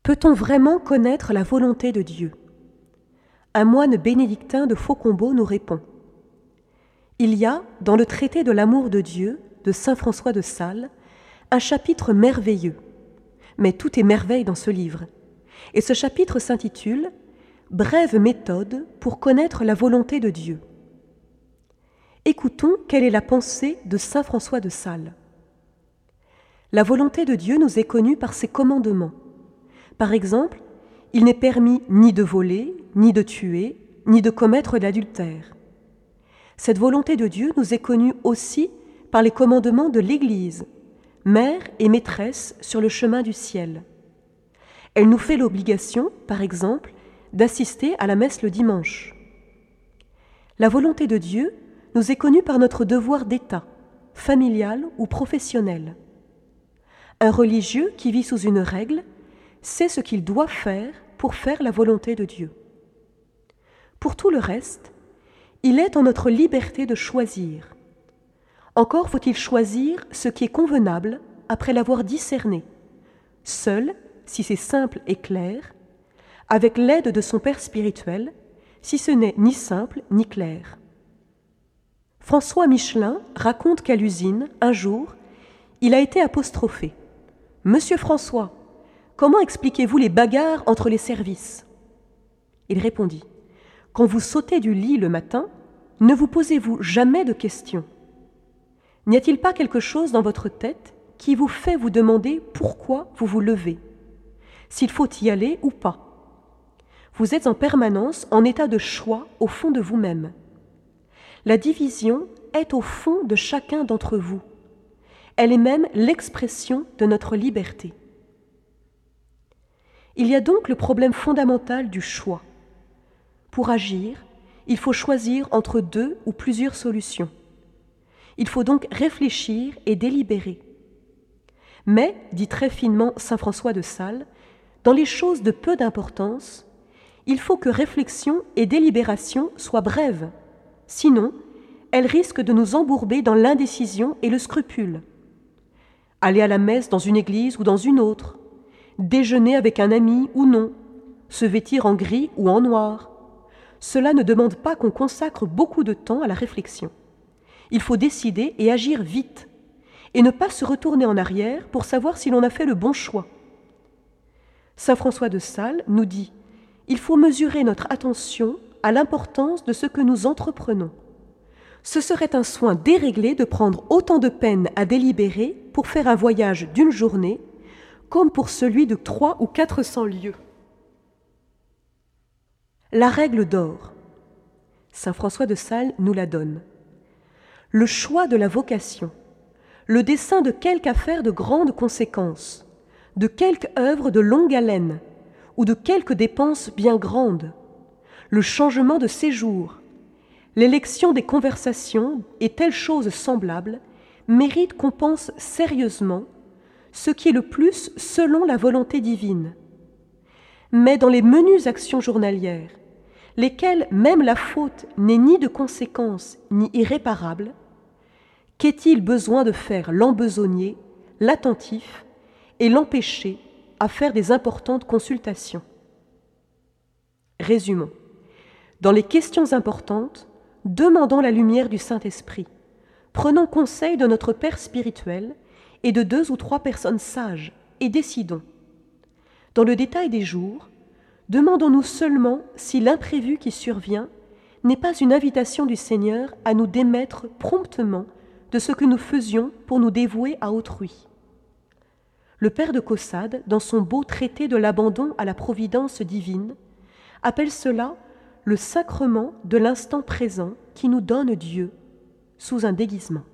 Peut-on vraiment connaître la volonté de Dieu? Un moine bénédictin de Faucombault nous répond. Il y a, dans le traité de l'amour de Dieu de saint François de Sales, un chapitre merveilleux. Mais tout est merveille dans ce livre. Et ce chapitre s'intitule « Brève méthode pour connaître la volonté de Dieu ». Écoutons quelle est la pensée de saint François de Sales. La volonté de Dieu nous est connue par ses commandements. Par exemple, il n'est permis ni de voler, ni de tuer, ni de commettre l'adultère. Cette volonté de Dieu nous est connue aussi par les commandements de l'Église, mère et maîtresse sur le chemin du ciel. Elle nous fait l'obligation, par exemple, d'assister à la messe le dimanche. La volonté de Dieu nous est connue par notre devoir d'État, familial ou professionnel. Un religieux qui vit sous une règle sait ce qu'il doit faire pour faire la volonté de Dieu. Pour tout le reste, il est en notre liberté de choisir. Encore faut-il choisir ce qui est convenable après l'avoir discerné, seul, si c'est simple et clair, avec l'aide de son père spirituel, si ce n'est ni simple ni clair. François Michelin raconte qu'à l'usine, un jour, il a été apostrophé. « Monsieur François, comment expliquez-vous les bagarres entre les services ?» Il répondit « Quand vous sautez du lit le matin, ne vous posez-vous jamais de questions. N'y a-t-il pas quelque chose dans votre tête qui vous fait vous demander pourquoi vous vous levez, s'il faut y aller ou pas? Vous êtes en permanence en état de choix au fond de vous-même. La division est au fond de chacun d'entre vous. Elle est même l'expression de notre liberté. Il y a donc le problème fondamental du choix. Pour agir, il faut choisir entre deux ou plusieurs solutions. Il faut donc réfléchir et délibérer. Mais, dit très finement saint François de Sales, dans les choses de peu d'importance, il faut que réflexion et délibération soient brèves, sinon elles risquent de nous embourber dans l'indécision et le scrupule. Aller à la messe dans une église ou dans une autre, déjeuner avec un ami ou non, se vêtir en gris ou en noir, cela ne demande pas qu'on consacre beaucoup de temps à la réflexion. Il faut décider et agir vite, et ne pas se retourner en arrière pour savoir si l'on a fait le bon choix. Saint François de Sales nous dit « Il faut mesurer notre attention à l'importance de ce que nous entreprenons. Ce serait un soin déréglé de prendre autant de peine à délibérer pour faire un voyage d'une journée, comme pour celui de 300 ou 400 lieues. » La règle d'or. Saint François de Sales nous la donne. Le choix de la vocation, le dessein de quelque affaire de grande conséquence, de quelque œuvre de longue haleine, ou de quelque dépense bien grande, le changement de séjour, l'élection des conversations et telles choses semblables méritent qu'on pense sérieusement ce qui est le plus selon la volonté divine. Mais dans les menues actions journalières, lesquelles même la faute n'est ni de conséquence ni irréparable, qu'est-il besoin de faire l'embesogné, l'attentif et l'empêcher à faire des importantes consultations? Résumons. Dans les questions importantes, demandons la lumière du Saint-Esprit. Prenons conseil de notre Père spirituel et de 2 ou 3 personnes sages et décidons. Dans le détail des jours, demandons-nous seulement si l'imprévu qui survient n'est pas une invitation du Seigneur à nous démettre promptement de ce que nous faisions pour nous dévouer à autrui. Le père de Caussade, dans son beau traité de l'abandon à la providence divine, appelle cela le sacrement de l'instant présent qui nous donne Dieu sous un déguisement.